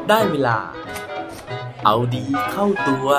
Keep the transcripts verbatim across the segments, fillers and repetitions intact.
ได้เวลาเอาดีเข้าตัว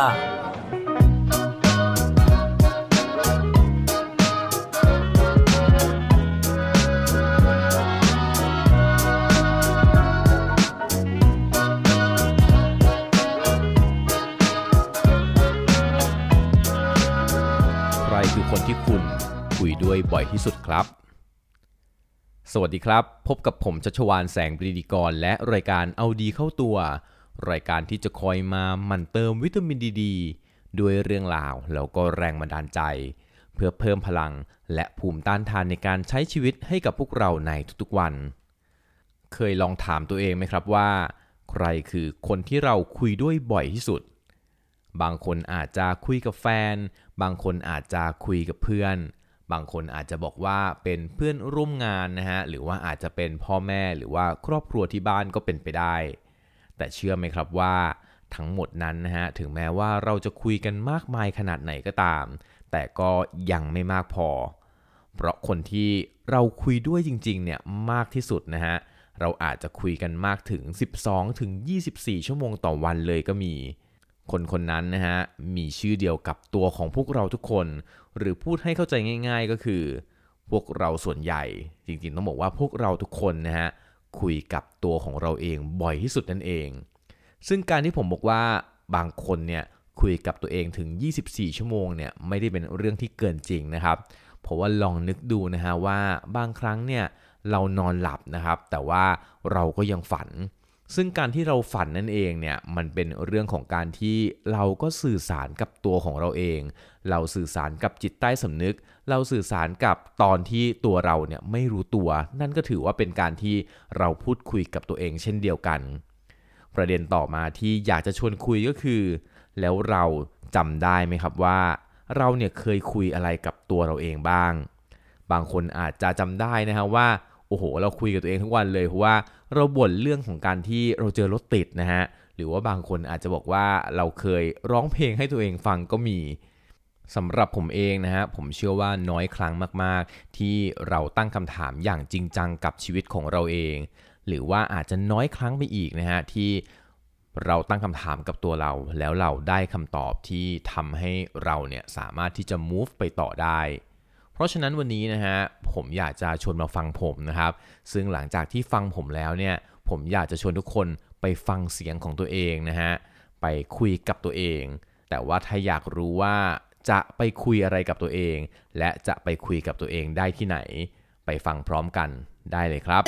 ใครคือคนที่คุณคุยด้วยบ่อยที่สุดครับสวัสดีครับพบกับผมชัชวาลแสงปรีดีกรและรายการเอาดีเข้าตัวรายการที่จะคอยมาหมั่นเติมวิตามินดีดีด้วยเรื่องราวแล้วก็แรงบันดาลใจเพื่อเพิ่มพลังและภูมิต้านทานในการใช้ชีวิตให้กับพวกเราในทุกๆวันเคยลองถามตัวเองไหมครับว่าใครคือคนที่เราคุยด้วยบ่อยที่สุดบางคนอาจจะคุยกับแฟนบางคนอาจจะคุยกับเพื่อนบางคนอาจจะบอกว่าเป็นเพื่อนร่วมงานนะฮะหรือว่าอาจจะเป็นพ่อแม่หรือว่าครอบครัวที่บ้านก็เป็นไปได้แต่เชื่อไหมครับว่าทั้งหมดนั้นนะฮะถึงแม้ว่าเราจะคุยกันมากมายขนาดไหนก็ตามแต่ก็ยังไม่มากพอเพราะคนที่เราคุยด้วยจริงๆเนี่ยมากที่สุดนะฮะเราอาจจะคุยกันมากถึงสิบสองถึงยี่สิบสี่ชั่วโมงต่อวันเลยก็มีคนคนนั้นนะฮะมีชื่อเดียวกับตัวของพวกเราทุกคนหรือพูดให้เข้าใจง่ายๆก็คือพวกเราส่วนใหญ่จริงๆต้องบอกว่าพวกเราทุกคนนะฮะคุยกับตัวของเราเองบ่อยที่สุดนั่นเองซึ่งการที่ผมบอกว่าบางคนเนี่ยคุยกับตัวเองถึงยี่สิบสี่ชั่วโมงเนี่ยไม่ได้เป็นเรื่องที่เกินจริงนะครับเพราะว่าลองนึกดูนะฮะว่าบางครั้งเนี่ยเรานอนหลับนะครับแต่ว่าเราก็ยังฝันซึ่งการที่เราฝันนั่นเองเนี่ยมันเป็นเรื่องของการที่เราก็สื่อสารกับตัวของเราเองเราสื่อสารกับจิตใต้สำนึกเราสื่อสารกับตอนที่ตัวเราเนี่ยไม่รู้ตัวนั่นก็ถือว่าเป็นการที่เราพูดคุยกับตัวเองเช่นเดียวกันประเด็นต่อมาที่อยากจะชวนคุยก็คือแล้วเราจำได้ไหมครับว่าเราเนี่ยเคยคุยอะไรกับตัวเราเองบ้างบางคนอาจจะจำได้นะฮะว่าโอ้โหเราคุยกับตัวเองทุกวันเลยเพราะว่าเราบ่นเรื่องของการที่เราเจอรถติดนะฮะหรือว่าบางคนอาจจะบอกว่าเราเคยร้องเพลงให้ตัวเองฟังก็มีสำหรับผมเองนะฮะผมเชื่อว่าน้อยครั้งมากๆที่เราตั้งคำถามอย่างจริงจังกับชีวิตของเราเองหรือว่าอาจจะน้อยครั้งไปอีกนะฮะที่เราตั้งคำถามกับตัวเราแล้วเราได้คำตอบที่ทำให้เราเนี่ยสามารถที่จะ move ไปต่อได้เพราะฉะนั้นวันนี้นะฮะผมอยากจะชวนมาฟังผมนะครับซึ่งหลังจากที่ฟังผมแล้วเนี่ยผมอยากจะชวนทุกคนไปฟังเสียงของตัวเองนะฮะไปคุยกับตัวเองแต่ว่าถ้าอยากรู้ว่าจะไปคุยอะไรกับตัวเองและจะไปคุยกับตัวเองได้ที่ไหนไปฟังพร้อมกันได้เลยครับ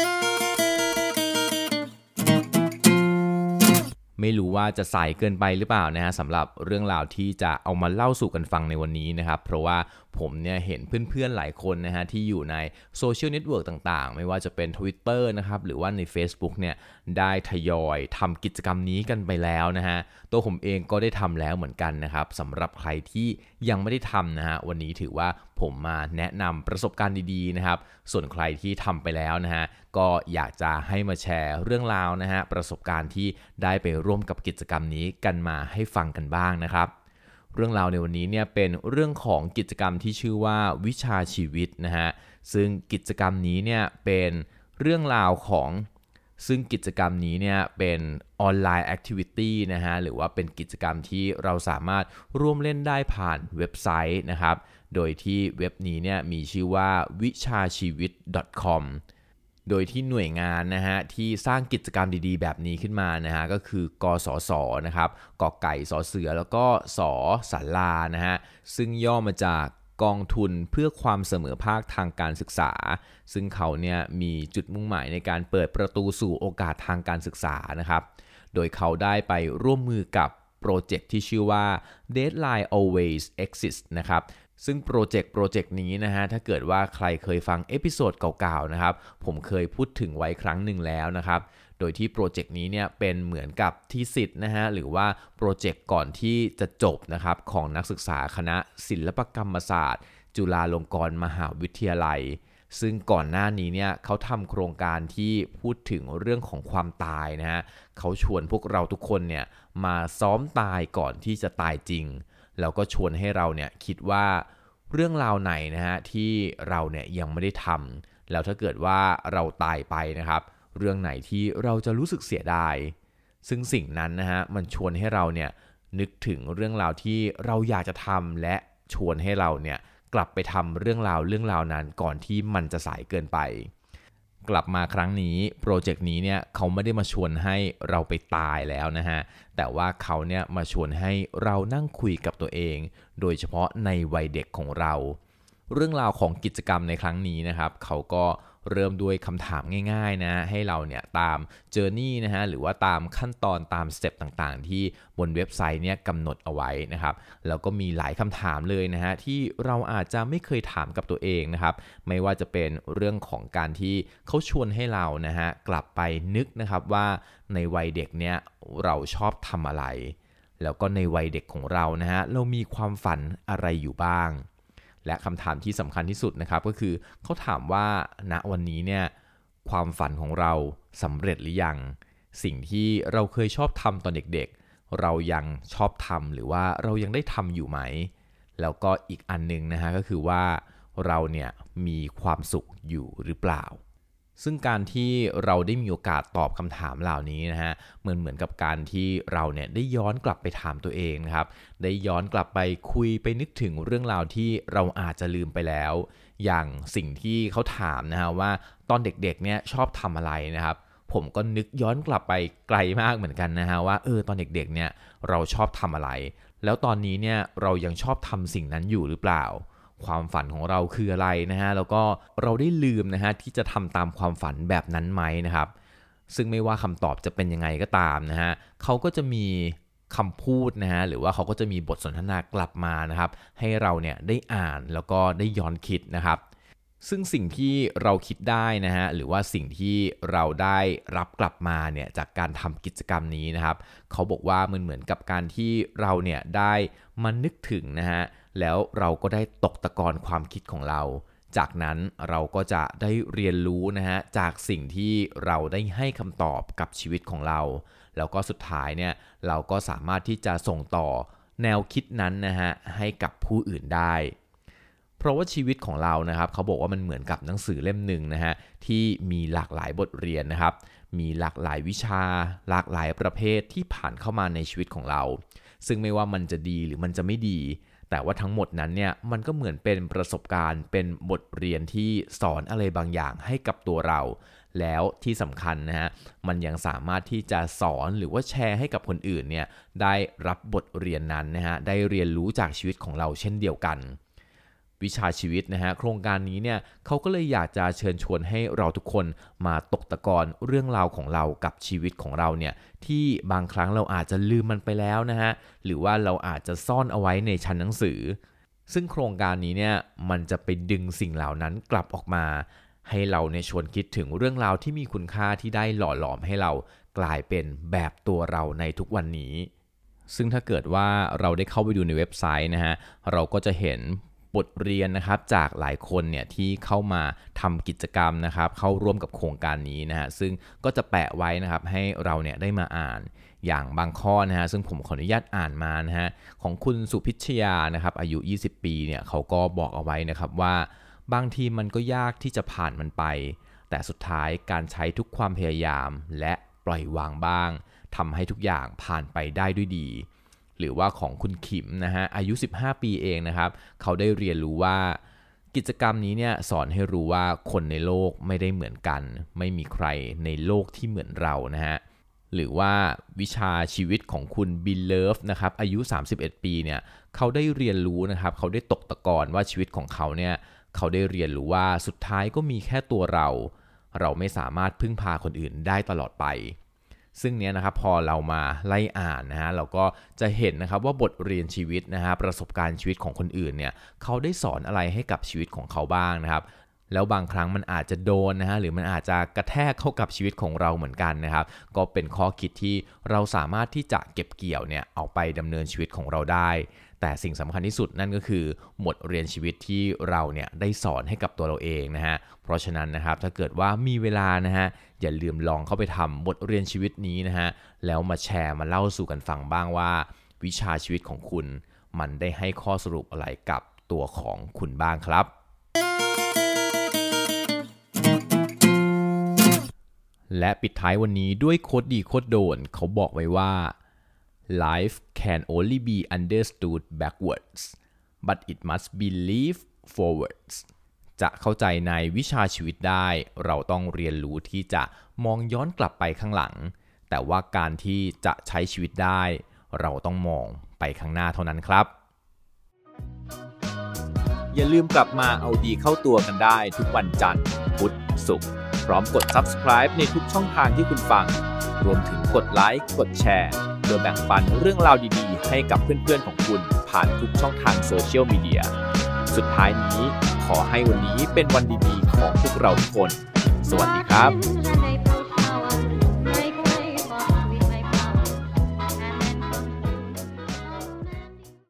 ไม่รู้ว่าจะสายเกินไปหรือเปล่านะฮะสำหรับเรื่องราวที่จะเอามาเล่าสู่กันฟังในวันนี้นะครับเพราะว่าผมเนี่ยเห็นเพื่อนๆหลายคนนะฮะที่อยู่ในโซเชียลเน็ตเวิร์กต่างๆไม่ว่าจะเป็น Twitter นะครับหรือว่าใน Facebook เนี่ยได้ทยอยทำกิจกรรมนี้กันไปแล้วนะฮะตัวผมเองก็ได้ทำแล้วเหมือนกันนะครับสำหรับใครที่ยังไม่ได้ทำนะฮะวันนี้ถือว่าผมมาแนะนำประสบการณ์ดีๆนะครับส่วนใครที่ทำไปแล้วนะฮะก็อยากจะให้มาแชร์เรื่องราวนะฮะประสบการณ์ที่ได้ไปร่วมกับกิจกรรมนี้กันมาให้ฟังกันบ้างนะครับเรื่องราวในวันนี้เนี่ยเป็นเรื่องของกิจกรรมที่ชื่อว่าวิชาชีวิตนะฮะซึ่งกิจกรรมนี้เนี่ยเป็นเรื่องราวของซึ่งกิจกรรมนี้เนี่ยเป็นออนไลน์แอคทิวิตี้นะฮะหรือว่าเป็นกิจกรรมที่เราสามารถร่วมเล่นได้ผ่านเว็บไซต์นะครับโดยที่เว็บนี้เนี่ยมีชื่อว่าวิชาชีวิต .com โดยที่หน่วยงานนะฮะที่สร้างกิจกรรมดีๆแบบนี้ขึ้นมานะฮะก็คือกสศนะครับกไก่สเสือแล้วก็สศาลานะฮะซึ่งย่อมาจากกองทุนเพื่อความเสมอภาคทางการศึกษาซึ่งเขาเนี่ยมีจุดมุ่งหมายในการเปิดประตูสู่โอกาสทางการศึกษานะครับโดยเขาได้ไปร่วมมือกับโปรเจกต์ที่ชื่อว่า Deadline Always Exists นะครับซึ่งโปรเจกต์โปรเจกต์นี้นะฮะถ้าเกิดว่าใครเคยฟังเอพิโซดเก่าๆนะครับผมเคยพูดถึงไว้ครั้งหนึ่งแล้วนะครับโดยที่โปรเจกต์นี้เนี่ยเป็นเหมือนกับทีสิทธ์นะฮะหรือว่าโปรเจกต์ก่อนที่จะจบนะครับของนักศึกษาคณะศิลปกรรมศาสตร์จุฬาลงกรณ์มหาวิทยาลัยซึ่งก่อนหน้านี้เนี่ยเขาทำโครงการที่พูดถึงเรื่องของความตายนะฮะเขาชวนพวกเราทุกคนเนี่ยมาซ้อมตายก่อนที่จะตายจริงแล้วก็ชวนให้เราเนี่ยคิดว่าเรื่องราวไหนนะฮะที่เราเนี่ยยังไม่ได้ทำแล้วถ้าเกิดว่าเราตายไปนะครับเรื่องไหนที่เราจะรู้สึกเสียดายซึ่งสิ่งนั้นนะฮะมันชวนให้เราเนี่ยนึกถึงเรื่องราวที่เราอยากจะทำและชวนให้เราเนี่ยกลับไปทำเรื่องราวเรื่องราวนั้นก่อนที่มันจะสายเกินไปกลับมาครั้งนี้โปรเจกต์นี้เนี่ยเขาไม่ได้มาชวนให้เราไปตายแล้วนะฮะแต่ว่าเขาเนี่ยมาชวนให้เรานั่งคุยกับตัวเองโดยเฉพาะในวัยเด็กของเราเรื่องราวของกิจกรรมในครั้งนี้นะครับเขาก็เริ่มด้วยคำถามง่ายๆนะให้เราเนี่ยตามเจอร์นี่นะฮะหรือว่าตามขั้นตอนตามสเต็ปต่างๆที่บนเว็บไซต์เนี่ยกำหนดเอาไว้นะครับแล้วก็มีหลายคำถามเลยนะฮะที่เราอาจจะไม่เคยถามกับตัวเองนะครับไม่ว่าจะเป็นเรื่องของการที่เขาชวนให้เรานะฮะกลับไปนึกนะครับว่าในวัยเด็กเนี่ยเราชอบทำอะไรแล้วก็ในวัยเด็กของเรานะฮะเรามีความฝันอะไรอยู่บ้างและคำถามที่สำคัญที่สุดนะครับก็คือเขาถามว่าณวันนี้เนี่ยความฝันของเราสำเร็จหรือยังสิ่งที่เราเคยชอบทำตอนเด็กๆเรายังชอบทำหรือว่าเรายังได้ทำอยู่ไหมแล้วก็อีกอันนึงนะฮะก็คือว่าเราเนี่ยมีความสุขอยู่หรือเปล่าซึ่งการที่เราได้มีโอกาสตอบคำถามเหล่านี้นะฮะเหมือนเหมือนกับการที่เราเนี่ยได้ย้อนกลับไปถามตัวเองนะครับได้ย้อนกลับไปคุยไปนึกถึงเรื่องราวที่เราอาจจะลืมไปแล้วอย่างสิ่งที่เขาถามนะฮะว่าตอนเด็กๆเนี่ยชอบทำอะไรนะครับผมก็นึกย้อนกลับไปไกลมากเหมือนกันนะฮะว่าเออตอนเด็กๆเนี่ยเราชอบทำอะไรแล้วตอนนี้เนี่ยเรายังชอบทำสิ่งนั้นอยู่หรือเปล่าความฝันของเราคืออะไรนะฮะแล้วก็เราได้ลืมนะฮะที่จะทำตามความฝันแบบนั้นไหมนะครับซึ่งไม่ว่าคำตอบจะเป็นยังไงก็ตามนะฮะเขาก็จะมีคำพูดนะฮะหรือว่าเขาก็จะมีบทสนทนากลับมานะครับให้เราเนี่ยได้อ่านแล้วก็ได้ย้อนคิดนะครับซึ่งสิ่งที่เราคิดได้นะฮะหรือว่าสิ่งที่เราได้รับกลับมาเนี่ยจากการทำกิจกรรมนี้นะครับเขาบอกว่ามันเหมือนกับการที่เราเนี่ยได้มานึกถึงนะฮะแล้วเราก็ได้ตกตะกอนความคิดของเราจากนั้นเราก็จะได้เรียนรู้นะฮะจากสิ่งที่เราได้ให้คำตอบกับชีวิตของเราแล้วก็สุดท้ายเนี่ยเราก็สามารถที่จะส่งต่อแนวคิดนั้นนะฮะให้กับผู้อื่นได้เพราะว่าชีวิตของเรานะครับเขาบอกว่ามันเหมือนกับหนังสือเล่มหนึ่งนะฮะที่มีหลากหลายบทเรียนนะครับมีหลากหลายวิชาหลากหลายประเภทที่ผ่านเข้ามาในชีวิตของเราซึ่งไม่ว่ามันจะดีหรือมันจะไม่ดีแต่ว่าทั้งหมดนั้นเนี่ยมันก็เหมือนเป็นประสบการณ์เป็นบทเรียนที่สอนอะไรบางอย่างให้กับตัวเราแล้วที่สำคัญนะฮะมันยังสามารถที่จะสอนหรือว่าแชร์ให้กับคนอื่นเนี่ยได้รับบทเรียนนั้นนะฮะได้เรียนรู้จากชีวิตของเราเช่นเดียวกันวิชาชีวิตนะฮะโครงการนี้เนี่ยเขาก็เลยอยากจะเชิญชวนให้เราทุกคนมาตกตะกอนเรื่องราวของเรากับชีวิตของเราเนี่ยที่บางครั้งเราอาจจะลืมมันไปแล้วนะฮะหรือว่าเราอาจจะซ่อนเอาไว้ในชั้นหนังสือซึ่งโครงการนี้เนี่ยมันจะไปดึงสิ่งเหล่านั้นกลับออกมาให้เราเนี่ยชวนคิดถึงเรื่องราวที่มีคุณค่าที่ได้หล่อหลอมให้เรากลายเป็นแบบตัวเราในทุกวันนี้ซึ่งถ้าเกิดว่าเราได้เข้าไปดูในเว็บไซต์นะฮะเราก็จะเห็นบทเรียนนะครับจากหลายคนเนี่ยที่เข้ามาทำกิจกรรมนะครับเข้าร่วมกับโครงการนี้นะฮะซึ่งก็จะแปะไว้นะครับให้เราเนี่ยได้มาอ่านอย่างบางข้อนะฮะซึ่งผมขออนุญาตอ่านมานะฮะของคุณสุพิชยานะครับอายุยี่สิบปีเนี่ยเขาก็บอกเอาไว้นะครับว่าบางทีมันก็ยากที่จะผ่านมันไปแต่สุดท้ายการใช้ทุกความพยายามและปล่อยวางบ้างทำให้ทุกอย่างผ่านไปได้ด้วยดีหรือว่าของคุณขิมนะฮะอายุสิบห้าปีเองนะครับเขาได้เรียนรู้ว่ากิจกรรมนี้เนี่ยสอนให้รู้ว่าคนในโลกไม่ได้เหมือนกันไม่มีใครในโลกที่เหมือนเรานะฮะหรือว่าวิชาชีวิตของคุณบิลเลิฟนะครับอายุสามสิบเอ็ดปีเนี่ยเขาได้เรียนรู้นะครับเขาได้ตกตะกอนว่าชีวิตของเขาเนี่ยเขาได้เรียนรู้ว่าสุดท้ายก็มีแค่ตัวเราเราไม่สามารถพึ่งพาคนอื่นได้ตลอดไปซึ่งเนี้ยนะครับพอเรามาไล่อ่านนะฮะเราก็จะเห็นนะครับว่าบทเรียนชีวิตนะฮะประสบการณ์ชีวิตของคนอื่นเนี่ยเขาได้สอนอะไรให้กับชีวิตของเขาบ้างนะครับแล้วบางครั้งมันอาจจะโดนนะฮะหรือมันอาจจะกระแทกเข้ากับชีวิตของเราเหมือนกันนะครับก็เป็นข้อคิดที่เราสามารถที่จะเก็บเกี่ยวเนี่ยเอาไปดำเนินชีวิตของเราได้แต่สิ่งสำคัญที่สุดนั่นก็คือบทเรียนชีวิตที่เราเนี่ยได้สอนให้กับตัวเราเองนะฮะเพราะฉะนั้นนะครับถ้าเกิดว่ามีเวลานะฮะอย่าลืมลองเข้าไปทำบทเรียนชีวิตนี้นะฮะแล้วมาแชร์มาเล่าสู่กันฟังบ้างว่าวิชาชีวิตของคุณมันได้ให้ข้อสรุปอะไรกับตัวของคุณบ้างและปิดท้ายวันนี้ด้วยโคตรดีโคตรโดนเขาบอกไว้ว่า Life can only be understood backwards but it must be lived forwards จะเข้าใจในวิชาชีวิตได้เราต้องเรียนรู้ที่จะมองย้อนกลับไปข้างหลังแต่ว่าการที่จะใช้ชีวิตได้เราต้องมองไปข้างหน้าเท่านั้นครับอย่าลืมกลับมาเอาดีเข้าตัวกันได้ทุกวันจันทร์พุธศุกร์พร้อมกด Subscribe ในทุกช่องทางที่คุณฟังรวมถึงกดไลค์กดแชร์โดยแบ่งปันเรื่องราวดีๆให้กับเพื่อนๆของคุณผ่านทุกช่องทางโซเชียลมีเดียสุดท้ายนี้ขอให้วันนี้เป็นวันดีๆของพวกเราทุกคนสวัสดีครับ